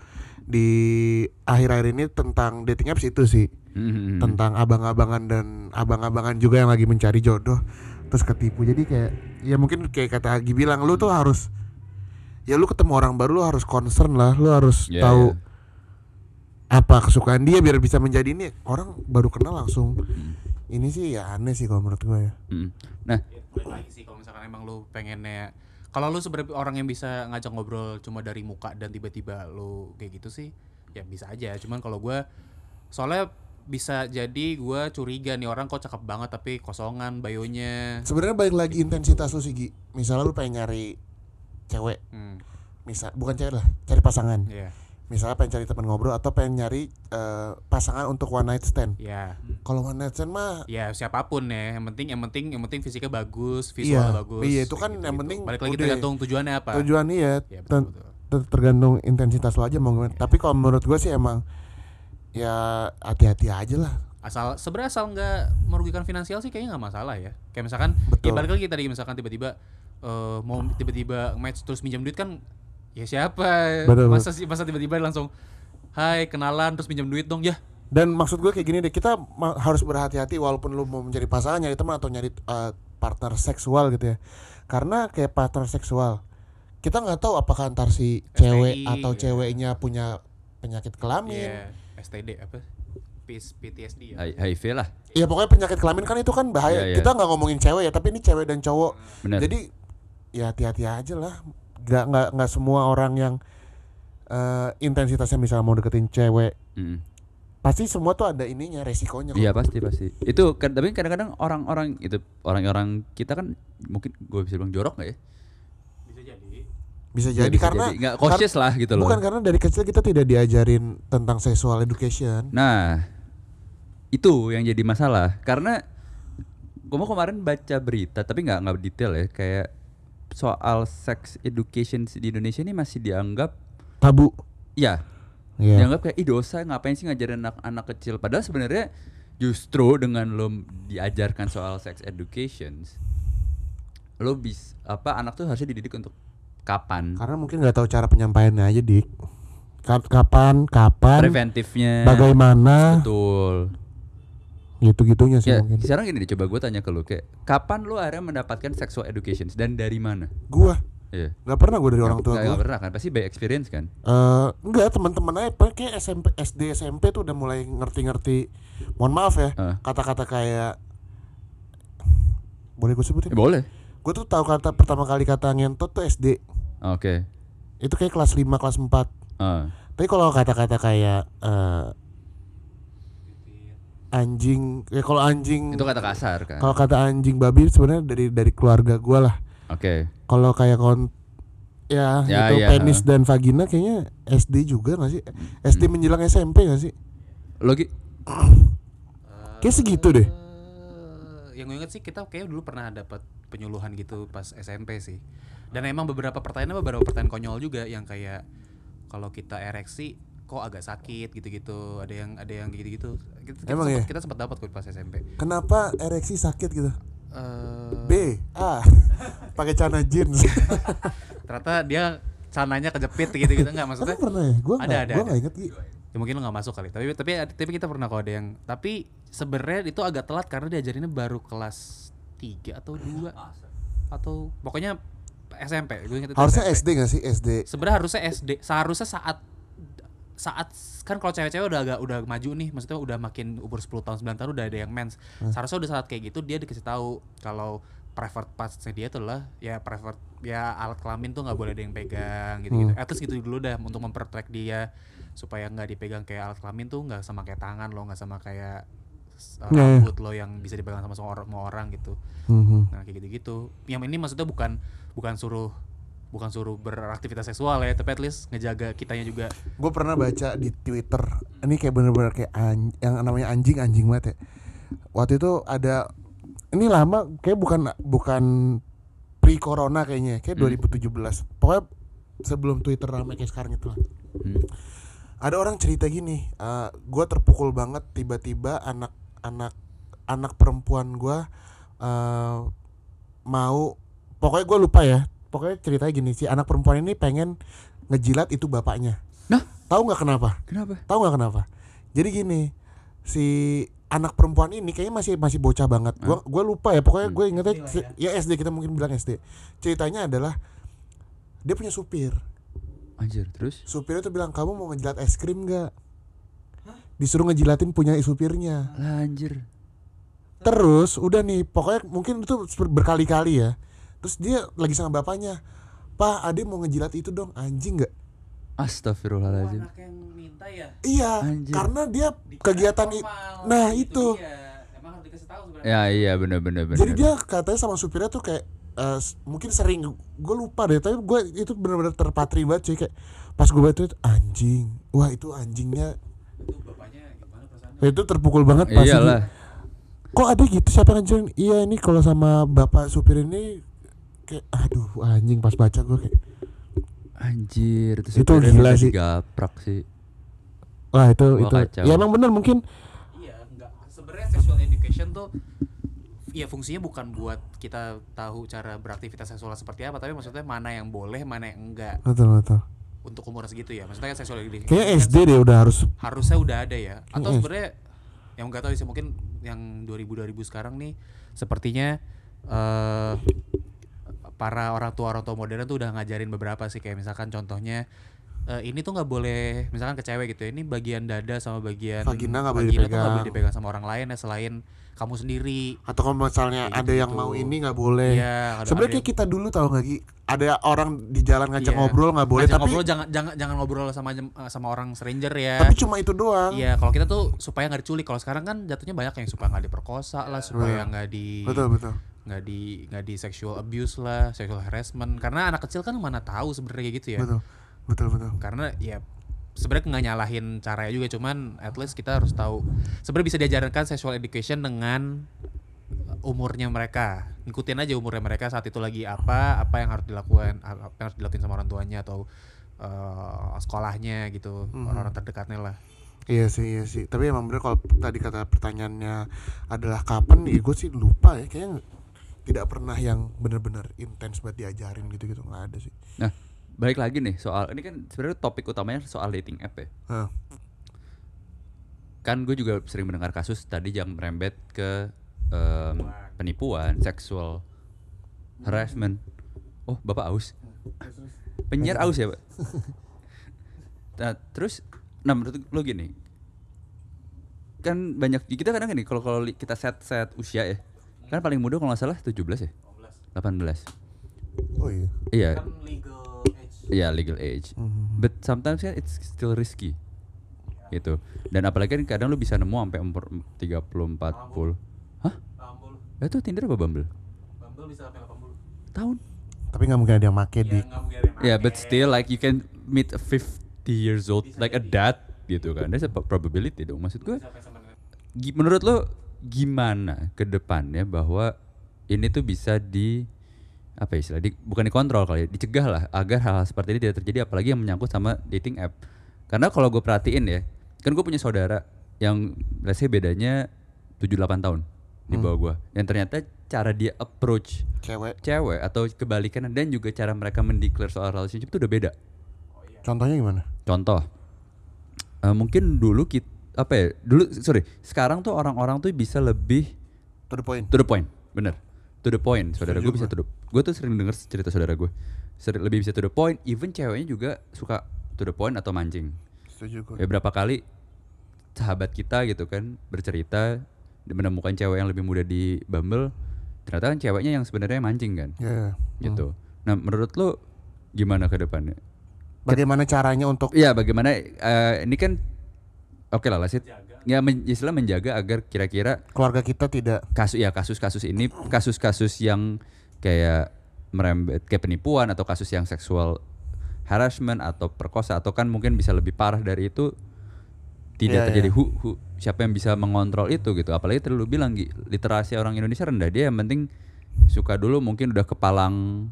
di akhir-akhir ini tentang dating apps itu sih. Tentang abang-abangan dan abang-abangan juga yang lagi mencari jodoh terus ketipu. Jadi kayak ya mungkin kayak kata Agi bilang, lu tuh harus ya lu ketemu orang baru lu harus concern lah, lu harus tahu apa kesukaan dia biar bisa menjadi ini orang baru kenal langsung. Ini sih ya aneh sih kalau menurut gue ya. Nah, balik lagi sih kalau misalkan emang lu pengennya, kalau lu sebenarnya orang yang bisa ngajak ngobrol cuma dari muka dan tiba-tiba lu kayak gitu sih ya bisa aja. Cuman kalau gue soalnya bisa jadi gue curiga nih orang kok cakep banget tapi kosongan bayonya. Sebenarnya balik lagi intensitas lu sih Gi. Misalnya lu pengen nyari cewek, misal bukan cewek lah, cari pasangan. Misalnya pengen cari teman ngobrol atau pengen nyari pasangan untuk one night stand. Kalau one night stand mah ya siapapun ya, yang penting fisiknya bagus, visualnya bagus. Iya itu kan gitu, yang penting. Balik lagi tergantung tujuannya apa. Tujuannya ya, betul. tergantung intensitas lo aja mau gimana. Tapi kalau menurut gue sih emang ya hati-hati aja lah. Sebenarnya asal nggak merugikan finansial sih kayaknya nggak masalah ya. Kayak misalkan, ya balik lagi tadi misalkan tiba-tiba mau tiba-tiba match terus minjam duit kan, ya siapa? Masa tiba-tiba langsung, hai kenalan terus minjam duit dong ya. Dan maksud gue kayak gini deh, kita harus berhati-hati walaupun lu mau mencari pasangan, nyari teman atau nyari partner seksual gitu ya. Karena kayak partner seksual, kita nggak tahu apakah antar si cewek atau ceweknya punya penyakit kelamin. STD apa? PTSD ya. HIV lah. Iya pokoknya penyakit kelamin kan itu kan bahaya. Kita nggak ngomongin cewek ya, tapi ini cewek dan cowok. Bener. Jadi ya hati-hati aja lah. Nggak semua orang yang intensitasnya misalnya mau deketin cewek. Pasti semua tuh ada ininya, resikonya. Iya pasti. Itu tapi kadang-kadang orang kita kan mungkin gue bisa bilang jorok nggak ya? Bisa jadi karena nggak cautious lah gitu loh. Bukan karena dari kecil kita tidak diajarin tentang sexual education. Nah itu yang jadi masalah. Karena gue mau kemarin baca berita tapi nggak detail ya, kayak soal sex education di Indonesia ini masih dianggap tabu. Iya. Dianggap kayak dosa, ngapain sih ngajarin anak kecil. Padahal sebenarnya justru dengan lo diajarkan soal sex education, lo anak tuh harusnya dididik untuk kapan. Karena mungkin nggak tahu cara penyampaiannya aja dik. Kapan preventifnya bagaimana, betul gitu-gitunya sih ya, mungkin. Sekarang gini deh, coba gue tanya ke lo, kayak kapan lo akhirnya mendapatkan sexual education dan dari mana? Gua nggak pernah gue dari orang tua gue. Nggak pernah kan, pasti by experience kan? Enggak, teman-teman aja kayak SMP, SD, SMP tuh udah mulai ngerti-ngerti. Mohon maaf ya, kata-kata kayak, boleh gue sebutin? Boleh. Gue tuh tahu pertama kali kata ngentot tuh SD. Oke. Itu kayak kelas 5, kelas 4. Tapi kalau kata-kata kayak anjing, ya kalau anjing itu kata kasar kan. Kalau kata anjing babi sebenarnya dari keluarga gue lah. Oke. Kalau kayak itu penis dan vagina kayaknya SD juga nggak sih? SD menjelang SMP nggak sih? Logi. Kayak segitu deh. Yang gue inget sih kita kayak dulu pernah dapat penyuluhan gitu pas SMP sih. Dan emang beberapa pertanyaan konyol juga yang kayak kalau kita ereksi kok agak sakit gitu-gitu. Ada yang gitu-gitu. Kita sempat dapat pas SMP. Kenapa ereksi sakit gitu? Pakai celana jeans. Ternyata dia celananya kejepit gitu enggak maksudnya? Pernah ya? Gua enggak inget. Ya mungkin lo enggak masuk kali. Tapi kita pernah kok ada yang, tapi sebenarnya itu agak telat karena diajarinnya baru kelas 3 atau 2 atau pokoknya SMP. Harusnya SMP. SD enggak sih? SD. Sebenarnya harusnya SD. Seharusnya saat kan kalau cewek-cewek udah maju nih, maksudnya udah makin umur 10 tahun 9 tahun udah ada yang mens. Seharusnya udah saat kayak gitu dia dikasih tahu kalau preferred parts-nya dia tuh lah ya alat kelamin tuh nggak boleh ada yang pegang gitu-gitu. At least gitu dulu dah untuk mempertrack dia supaya nggak dipegang kayak alat kelamin tuh nggak sama kayak tangan lo, nggak sama kayak rambut lo yang bisa dipegang sama semua orang gitu. Nah kayak gitu-gitu. Yang ini maksudnya bukan suruh beraktivitas seksual ya, tapi at least ngejaga kitanya juga. Gue pernah baca di Twitter, ini kayak bener-bener kayak yang namanya anjing banget ya. Waktu itu ada, ini lama kayak bukan pre-corona kayaknya, kayak 2017. Pokoknya sebelum Twitter ramai kayak sekarang itu lah. Ada orang cerita gini, gue terpukul banget tiba-tiba anak perempuan gue mau, pokoknya gue lupa ya. Pokoknya ceritanya gini sih, anak perempuan ini pengen ngejilat itu bapaknya. Nah, Tahu nggak kenapa? Tahu nggak kenapa? Jadi gini, si anak perempuan ini kayaknya masih bocah banget. Gua lupa ya, pokoknya gue ingetnya ya SD, kita mungkin bilang SD. Ceritanya adalah dia punya supir. Anjir, terus? Supirnya tuh bilang, "Kamu mau ngejilat es krim nggak?" Disuruh ngejilatin punya supirnya. Lah anjir. Terus udah nih, pokoknya mungkin itu berkali-kali ya. Terus dia lagi sama bapaknya, "Pak, Ade mau ngejilat itu dong." Anjing nggak? Astagfirullahaladzim. Anak yang minta ya. Iya, Anjir. karena dia kegiatan nah itu. Emang harus dikasih tahu sebenarnya. Ya iya benar. Jadi dia katanya sama supirnya tuh kayak mungkin sering, gue lupa deh, tapi gue itu benar-benar terpatri banget cuy, kayak pas gue baca itu anjing, wah itu anjingnya. Itu bapaknya gimana perasaannya? Itu terpukul banget pas Iyalah. Kok ada gitu, siapa yang ngajarin? Iya ini kalau sama bapak supir ini kayak aduh anjing, pas baca gue kayak Anjir, itu gila sih. Gaprak sih. Wah itu Kacau. ya emang benar mungkin. Iya, enggak. Sebenarnya sexual education tuh ya fungsinya bukan buat kita tahu cara beraktivitas seksual seperti apa, tapi maksudnya mana yang boleh, mana yang enggak. Betul. Untuk umur segitu ya. Maksudnya kan sexual education. Kayak SD deh udah harusnya udah ada ya. Atau sebenarnya yang enggak tahu sih, mungkin yang 2000 sekarang nih sepertinya para orang tua modern tuh udah ngajarin beberapa sih, kayak misalkan contohnya ini tuh nggak boleh, misalkan ke cewek gitu ya, ini bagian dada sama bagian vagina nggak boleh dipegang sama orang lain ya selain kamu sendiri. Atau kalau misalnya ada yang mau ini nggak boleh. Iya, sebenarnya kayak kita dulu tahu nggak Gi, ada orang di jalan ngajak ngobrol nggak boleh, tapi ngobrol jangan ngobrol sama orang stranger ya. Tapi cuma itu doang. Iya, kalau kita tuh supaya nggak diculik. Kalau sekarang kan jatuhnya banyak yang supaya nggak diperkosa lah, supaya nggak di betul nggak di sexual abuse lah, sexual harassment. Karena anak kecil kan mana tahu sebenarnya gitu ya. Betul. Karena ya sebenarnya nggak nyalahin caranya juga, cuman at least kita harus tahu. Sebenarnya bisa diajarkan sexual education dengan umurnya mereka. Ngikutin aja umurnya mereka saat itu lagi apa yang harus dilakukan sama orang tuanya atau sekolahnya gitu, orang-orang terdekatnya lah. Iya sih. Tapi emang bener kalau tadi kata pertanyaannya adalah kapan, ya gue sih lupa ya, kayaknya tidak pernah yang benar-benar intens buat diajarin gitu nggak ada sih. Nah, balik lagi nih soal ini kan sebenarnya topik utamanya soal dating app ya. Kan gue juga sering mendengar kasus tadi yang merembet ke penipuan, seksual harassment. Oh, Bapak aus. Penyiar aus ya, Pak? Nah, terus menurut lo gini. Kan banyak kita kadang gini kalau kita set usia ya. Kan paling muda kalau nggak salah 17 ya? 18. Oh iya. Iya. Kan legal age. Iya, legal age. But sometimes kan it's still risky. Gitu. Dan apalagi kan kadang lu bisa nemu sampai umur 30 40. Hah? 80. Itu Tinder apa Bumble? Bumble bisa sampai 80 tahun. Tapi enggak mungkin ada yang make di. Yeah, but still like you can meet a 50 years old like a dad gitu kan. There's a probability dong. Maksud gue menurut lo gimana ke depannya bahwa ini tuh bisa apa istilah bukan dikontrol kali ya, dicegah lah agar hal-hal seperti ini tidak terjadi, apalagi yang menyangkut sama dating app. Karena kalau gue perhatiin ya, kan gue punya saudara yang rasanya bedanya 7-8 tahun di bawah gue, yang ternyata cara dia approach cewek atau kebalikannya dan juga cara mereka mendeclare soal relationship itu udah beda. Contohnya gimana? Contoh mungkin dulu sekarang tuh orang-orang tuh bisa lebih to the point, bener. To the point, saudara gue bisa gue tuh sering denger cerita saudara gue lebih bisa to the point, even ceweknya juga suka to the point atau mancing. Setuju gue. Ya berapa kali sahabat kita gitu kan bercerita menemukan cewek yang lebih muda di Bumble, ternyata kan ceweknya yang sebenarnya mancing kan. Gitu. Nah menurut lo gimana ke depannya? Bagaimana caranya untuk? Iya, bagaimana ini kan oke lah Lasit. Ya istilah menjaga agar kira-kira keluarga kita tidak kasus-kasus yang kayak merembet kayak penipuan atau kasus yang seksual harassment atau perkosa atau kan mungkin bisa lebih parah dari itu tidak terjadi. Siapa yang bisa mengontrol itu gitu, apalagi tadi lu bilang literasi orang Indonesia rendah, dia yang penting suka dulu, mungkin udah kepalang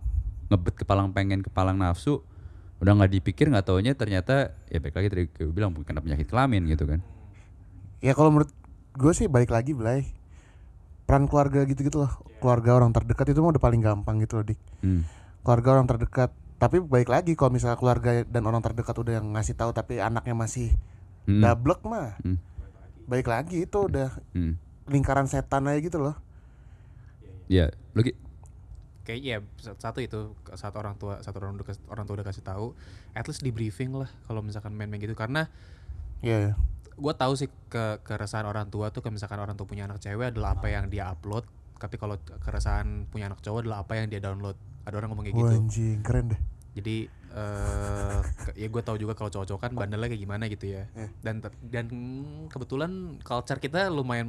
nafsu, udah nggak dipikir, nggak taunya ternyata ya baik lagi tadi gue bilang kena penyakit kelamin gitu kan. Ya kalau menurut gue sih balik lagi Blay, peran keluarga gitu-gitu loh. Keluarga orang terdekat itu mah udah paling gampang gitu loh Dik. Keluarga orang terdekat Tapi baik lagi kalau misalnya keluarga dan orang terdekat udah yang ngasih tahu tapi anaknya masih dablek mah. Baik lagi itu udah lingkaran setan aja gitu loh. Iya, lagi kayak ya satu itu saat orang tua udah kasih tahu, at least di briefing lah kalau misalkan main-main gitu, karena Iya. gue tahu sih keresahan orang tua tuh, kalau misalkan orang tua punya anak cewek adalah apa yang dia upload, tapi kalau keresahan punya anak cowok adalah apa yang dia download. Ada orang ngomong kayak gitu. Anjing, keren deh. Jadi ya gue tahu juga kalau cowok-cowok kan bandelnya kayak gimana gitu ya. Dan kebetulan culture kita lumayan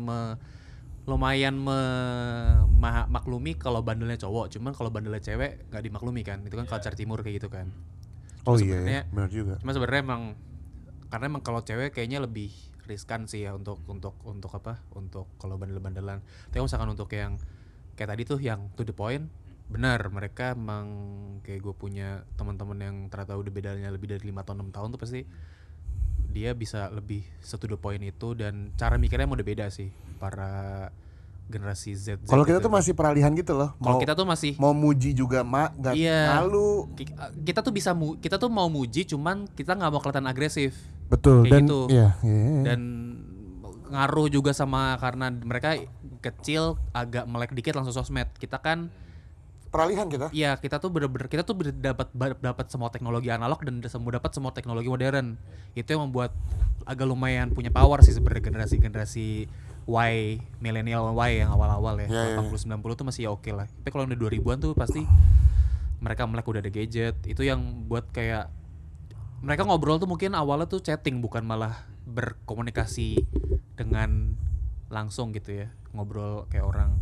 maklumi kalau bandelnya cowok, cuman kalau bandelnya cewek nggak dimaklumi kan. Itu kan culture timur kayak gitu kan. Oh iya, benar juga. Cuma sebenarnya emang karena emang kalau cewek kayaknya lebih riskan sih ya untuk kalau bandel-bandelan. Tapi misalkan untuk yang kayak tadi tuh yang to the point, benar, mereka emang kayak gue punya teman-teman yang ternyata udah bedanya lebih dari 5 atau 6 tahun tuh pasti dia bisa lebih to the point itu, dan cara mikirnya udah beda sih para generasi Z. Kalau kita tuh masih peralihan gitu loh. Kalau kita tuh masih mau muji juga nggak malu. Kita tuh kita tuh mau muji, cuman kita nggak mau kelihatan agresif. Betul. Kayak Dan gitu. Iya. Dan ngaruh juga sama karena mereka kecil agak melek dikit langsung sosmed. Kita kan peralihan kita. Iya, kita tuh bener-bener dapat semua teknologi analog dan dapat semua teknologi modern. Itu yang membuat agak lumayan punya power sih sebenarnya generasi Y, millennial Y yang awal-awal ya. 80 90 tuh masih ya oke lah. Tapi kalau udah 2000-an tuh pasti mereka melek udah ada gadget. Itu yang buat kayak mereka ngobrol tuh mungkin awalnya tuh chatting, bukan malah berkomunikasi dengan langsung gitu ya. Ngobrol kayak orang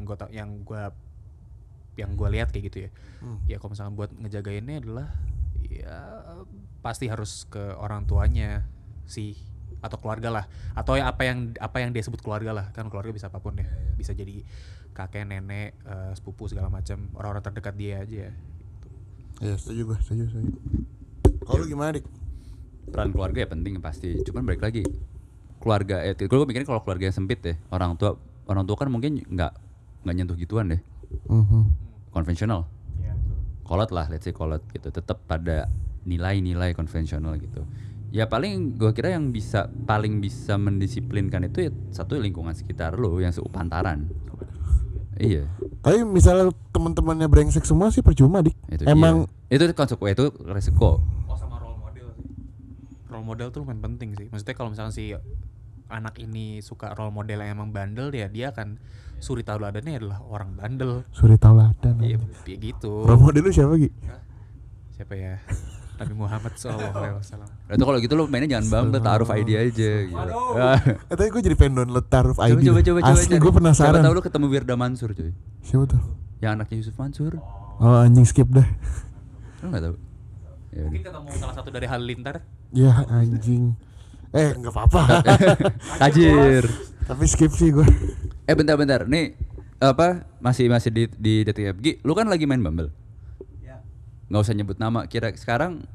yang gue lihat kayak gitu ya. Ya kalau misalkan buat ngejagainnya adalah ya pasti harus ke orang tuanya sih, atau keluarga lah, atau apa yang dia sebut keluarga lah. Kan keluarga bisa apapun ya, bisa jadi kakek, nenek, sepupu segala macam, orang-orang terdekat dia aja ya. Ya setuju. Kalau lu gimana, Dik? Peran keluarga ya penting pasti. Cuman balik lagi keluarga gue mikirin kalau keluarga yang sempit deh, orang tua kan mungkin nggak nyentuh gituan deh. Konvensional. Kolot lah, let's say kolot gitu, tetap pada nilai-nilai konvensional gitu. Ya paling gue kira yang paling bisa mendisiplinkan itu ya satu lingkungan sekitar lo yang seupantaran. Iya. Tapi misalnya teman-temannya brengsek semua sih percuma, Dik. Emang itu konsekuensi, itu resiko. Sama role model sih. Role model tuh lumayan penting sih. Maksudnya kalau misalnya si anak ini suka role model yang emang bandel, ya dia akan suri tauladannya adalah orang bandel. Suri tauladan. Iya, gitu. Role model lu siapa, Gi? Siapa ya? Nabi Muhammad SAW. Itu kalau gitu lo mainnya jangan Bumble, Ta'aruf ID aja gitu. Tapi gue jadi pengen download Ta'aruf ID. Coba. Asli gue penasaran. Siapa tahu lo ketemu Wirda Mansur, cuy. Siapa tuh? Yang anaknya Yusuf Mansur. Oh anjing, skip dah. Lo enggak tahu. Ya, mungkin ketemu salah satu dari Halilintar. Ya anjing. Enggak apa-apa. Tajir. Tapi skip sih gue. Bentar. Nih apa masih di Dating App. Gi, lu kan lagi main Bumble. Nggak usah nyebut nama. Kira sekarang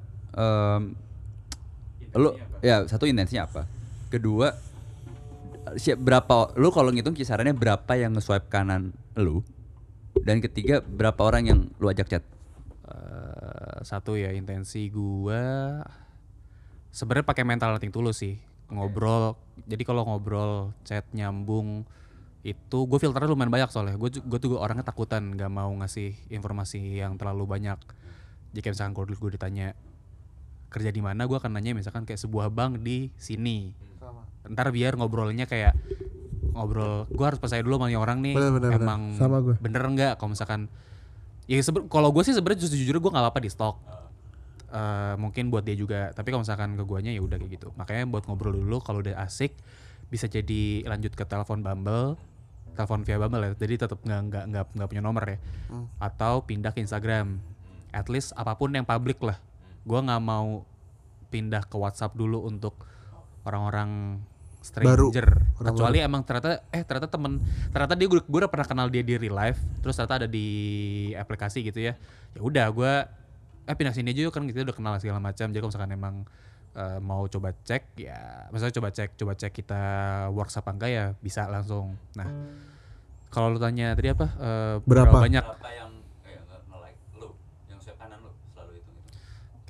lu ya satu intensinya apa? Kedua berapa lu kalau ngitung kisarannya berapa yang nge-swipe kanan lu? Dan ketiga berapa orang yang lu ajak chat? Satu ya, intensi gua sebenarnya pakai mental nothing tulus sih. Ngobrol. Jadi kalau ngobrol chat nyambung itu gue filternya lumayan banyak soalnya. Gue tuh orangnya takutan, nggak mau ngasih informasi yang terlalu banyak. Jika misalkan gue ditanya kerja di mana, gue akan nanya misalkan kayak sebuah bank di sini. Ntar biar ngobrolnya kayak ngobrol, gue harus percaya dulu sama orang nih. Emang bener nggak? Kalau misalkan ya kalau gue sih sebenarnya jujur gue nggak apa-apa di stok. Mungkin buat dia juga. Tapi kalau misalkan ke guanya ya udah kayak gitu. Makanya buat ngobrol dulu, kalau udah asik bisa jadi lanjut ke telepon via Bumble ya. Jadi tetap nggak punya nomor ya. Atau pindah ke Instagram. At least apapun yang public lah. Gue nggak mau pindah ke WhatsApp dulu untuk orang-orang stranger. Kecuali emang ternyata dia gue udah pernah kenal dia di real life. Terus ternyata ada di aplikasi gitu ya. Ya udah gue pindah sini aja yuk, kan kita udah kenal segala macam. Jadi kalau misalkan emang mau coba cek ya, misalnya coba cek kita works apa enggak ya bisa langsung. Nah kalau lu tanya tadi apa berapa banyak yang nge-like lu, yang swipe kanan lu selalu itu.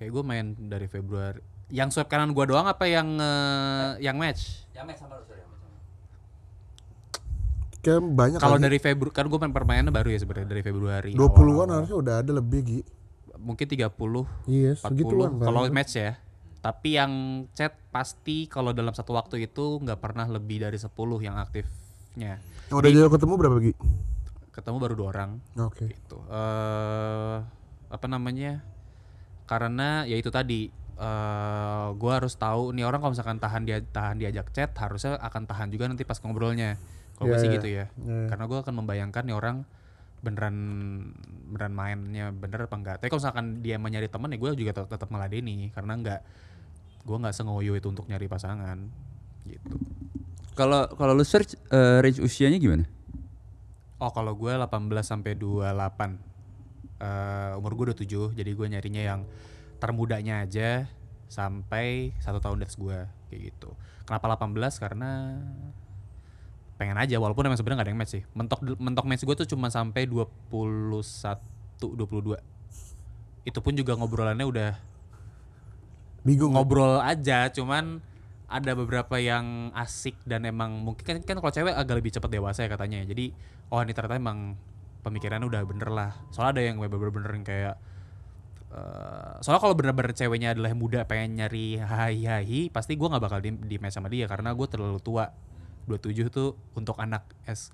Kayak gue main dari Februari. Yang swipe kanan gue doang apa yang match? Yang match sama lu, sorry. Kayak banyak. Kalau dari Februari kan gue main permainannya baru ya sebenarnya dari Februari. 20-an harusnya udah ada lebih, Gi. Mungkin 30, Iya, 40 kalau match ya. Tapi yang chat pasti kalau dalam satu waktu itu nggak pernah lebih dari 10 yang aktifnya. Yang udah jauh ketemu berapa, Gi? Ketemu baru 2 orang. Oke. Gitu. Apa namanya? Karena ya itu tadi gue harus tahu nih orang kalau misalkan tahan diajak chat harusnya akan tahan juga nanti pas ngobrolnya. Kalau gue sih gitu ya. Karena gue akan membayangkan nih orang beneran mainnya bener apa enggak. Tapi kalau misalkan dia mencari teman ya gue juga tetap meladeni karena gue nggak sengoyo itu untuk nyari pasangan gitu. Kalau lu search range usianya gimana? Oh kalau gue 18 sampai 28. Umur gue 27, jadi gue nyarinya yang termudanya aja sampai 1 tahun di atas gue kayak gitu. Kenapa 18? Karena pengen aja, walaupun emang sebenarnya gak ada yang match sih. Mentok match gue tuh cuma sampai 21, 22. Itu pun juga ngobrolannya udah bingung ngobrol aja, cuman ada beberapa yang asik dan emang mungkin kan kalau cewek agak lebih cepat dewasa ya katanya. Jadi oh ini ternyata emang pemikirannya udah bener lah. Soalnya ada yang bener-bener yang kayak soalnya kalau bener-bener ceweknya adalah yang muda pengen nyari hai pasti gue nggak bakal di match sama dia karena gue terlalu tua. 27 tuh untuk anak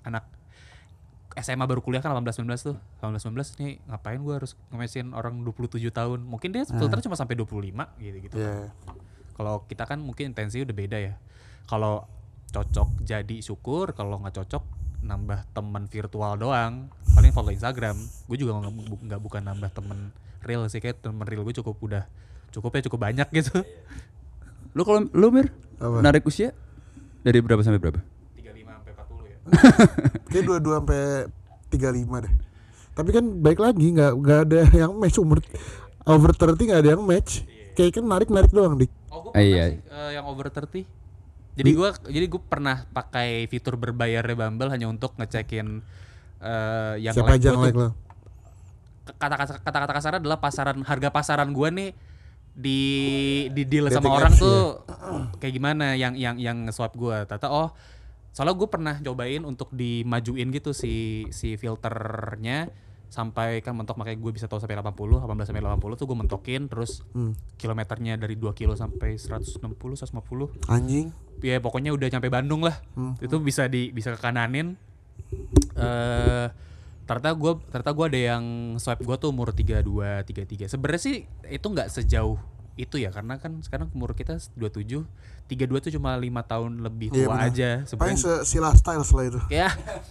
SMA baru kuliah kan 18-19 tuh. 18-19 nih ngapain gue harus nge-matchin orang 27 tahun. Mungkin dia filter cuma sampai 25 gitu. Yeah. Kalau kita kan mungkin intensi udah beda ya. Kalau cocok jadi syukur, kalau nggak cocok nambah teman virtual doang. Paling follow Instagram. Gue juga bukan nambah temen real sih, kayak temen real gue cukup banyak gitu. Lu Mir, narik usia dari berapa sampai berapa? 35 sampai 40 ya. Kayak 22 sampai 35 deh. Tapi kan baik lagi enggak ada yang match over 30 enggak ada yang match. Kayak kan narik doang, Dik. Oh, gue pernah sih yang over 30. Jadi gue pernah pakai fitur berbayar Bumble hanya untuk ngecekin yang siapa aja yang like lo. Kata-kata kasar adalah harga pasaran gue nih di deal sama orang tuh kayak gimana yang nge-swipe gue. Ternyata soalnya gue pernah cobain untuk dimajuin gitu si filternya sampai kan mentok, makanya gue bisa tahu sampai 18 sampai 80 tuh gue mentokin terus kilometernya dari 2 kilo sampai 160 150 anjing ya pokoknya udah nyampe Bandung lah. Itu bisa ke kananin. Ternyata gue ada yang swipe gue tuh umur 32 33. Sebenarnya sih itu nggak sejauh itu ya karena kan sekarang umur kita 27 32 tuh cuma 5 tahun lebih tua aja sebenarnya. Paling sila style lah itu ya.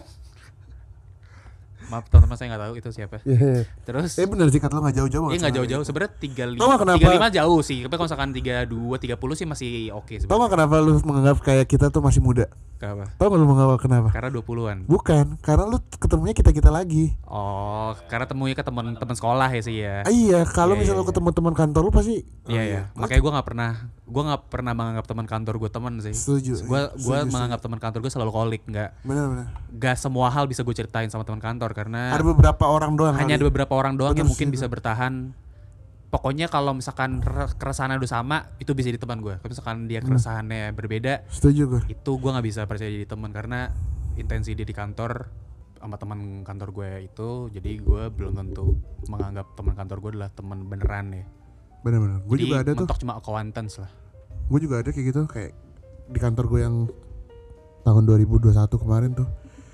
Maaf teman-teman saya nggak tahu itu siapa. Terus bener sih kata lo nggak jauh-jauh. Iya nggak jauh-jauh sebenarnya 35 jauh sih. Tapi kalau misalkan 32 30 sih masih oke sebenarnya. Tau nggak kenapa lu menganggap kayak kita tuh masih muda? Kenapa? Tau nggak lu menganggap kenapa? Karena 20-an. Bukan, karena lu ketemunya kita lagi. Oh, karena temunya ke teman sekolah ya sih ya. Iya, kalau misalnya lu ketemu teman kantor lu pasti. Iya. Makanya gue nggak pernah menganggap teman kantor gue teman sih. Setuju. Gue menganggap teman kantor gue selalu kolik, nggak. Benar. Gak semua hal bisa gue ceritain sama teman kantor karena ada beberapa orang doang. Hanya ada beberapa orang doang yang mungkin bisa bertahan. Pokoknya kalau misalkan keresahannya udah sama, itu bisa jadi teman gue. Kalau misalkan dia keresahannya berbeda, setuju gue. Itu gue nggak bisa percaya jadi teman karena intensi dia di kantor sama teman kantor gue itu, jadi gue belum tentu menganggap teman kantor gue adalah teman beneran ya. Benar. Gue juga ada tuh. Mentok cuma acquaintance lah. Gue juga ada kayak gitu, kayak di kantor gue yang tahun 2021 kemarin tuh.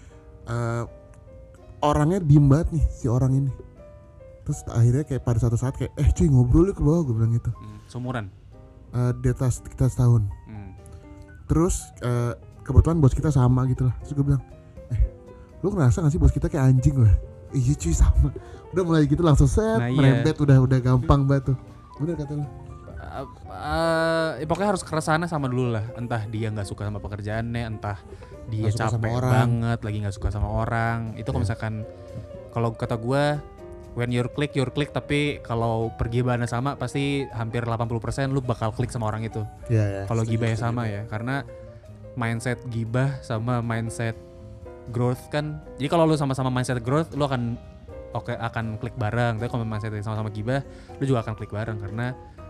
Orangnya diem banget nih si orang ini. Terus akhirnya kayak pada satu saat kayak cuy ngobrol lu ke bawah, gue bilang gitu. Seumuran? Di atas kita setahun. Terus kebetulan bos kita sama gitu lah. Terus gue bilang lu ngerasa gak sih bos kita kayak anjing lah? Iya cuy sama. Udah mulai gitu langsung merembet udah gampang banget tuh. Bener kata lu. Pokoknya harus keresahannya sama dulu lah. Entah dia gak suka sama pekerjaannya, entah dia capek banget lagi gak suka sama orang. Itu kalau misalkan kalau kata gue when you're click, tapi kalau pergi bahannya sama pasti hampir 80% lu bakal klik sama orang itu. Kalau gibahnya sama ya, karena mindset gibah sama mindset growth kan. Jadi kalau lu sama-sama mindset growth, lu akan klik bareng. Tapi kalau mindset sama-sama gibah, lu juga akan klik bareng karena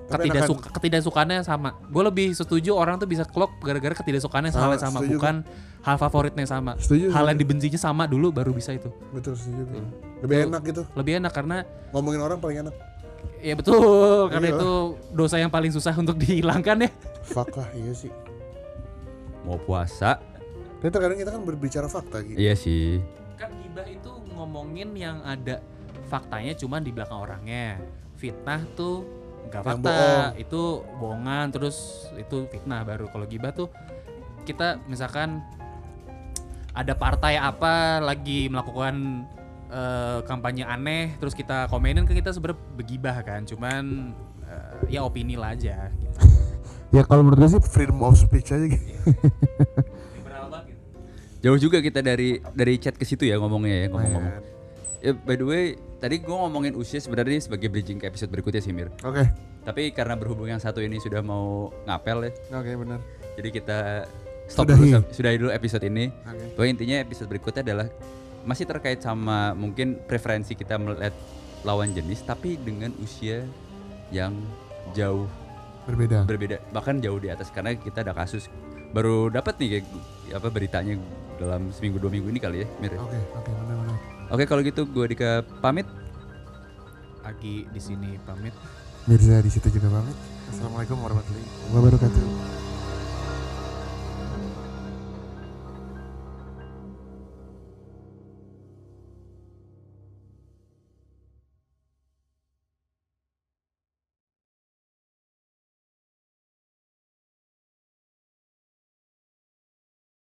ketidaksukaannya sama. Gue lebih setuju orang tuh bisa klop gara-gara ketidaksukaannya sama, bukan hal favoritnya sama. Setuju, hal yang dibencinya sama dulu baru bisa itu. Betul, setuju. Lebih enak gitu. Lebih enak karena ngomongin orang paling enak. Iya betul, karena itu dosa yang paling susah untuk dihilangkan ya. Fuck lah, iya sih. Mau puasa. Tapi terkadang kita kan berbicara fakta gitu. Iya sih. Kan gibah itu ngomongin yang ada faktanya cuman di belakang orangnya. Fitnah tuh enggak fakta, itu bohongan, terus itu fitnah baru. Kalau gibah tuh kita misalkan ada partai apa lagi melakukan kampanye aneh, terus kita komenin, ke kita sebenarnya begibah kan, cuman ya opini lah aja gitu. Ya kalau menurut gue sih freedom of speech aja gitu. Liberal banget gitu. Jauh juga kita dari chat ke situ ya ngomongnya ya, ngomong-ngomong. Ya, by the way, tadi gue ngomongin usia sebenarnya sebagai bridging ke episode berikutnya sih Mir. Oke. Tapi karena berhubung yang satu ini sudah mau ngapel ya. Oke, benar. Jadi kita sudahi dulu episode ini. Bahwa intinya episode berikutnya adalah masih terkait sama mungkin preferensi kita melihat lawan jenis tapi dengan usia yang jauh berbeda, bahkan jauh di atas, karena kita ada kasus baru dapat nih kayak beritanya dalam seminggu 2 minggu ini kali ya Mir. Oke, benar. Oke, kalau gitu gue Dika pamit. Agi di sini pamit. Mirza di situ juga pamit. Assalamualaikum warahmatullahi wabarakatuh.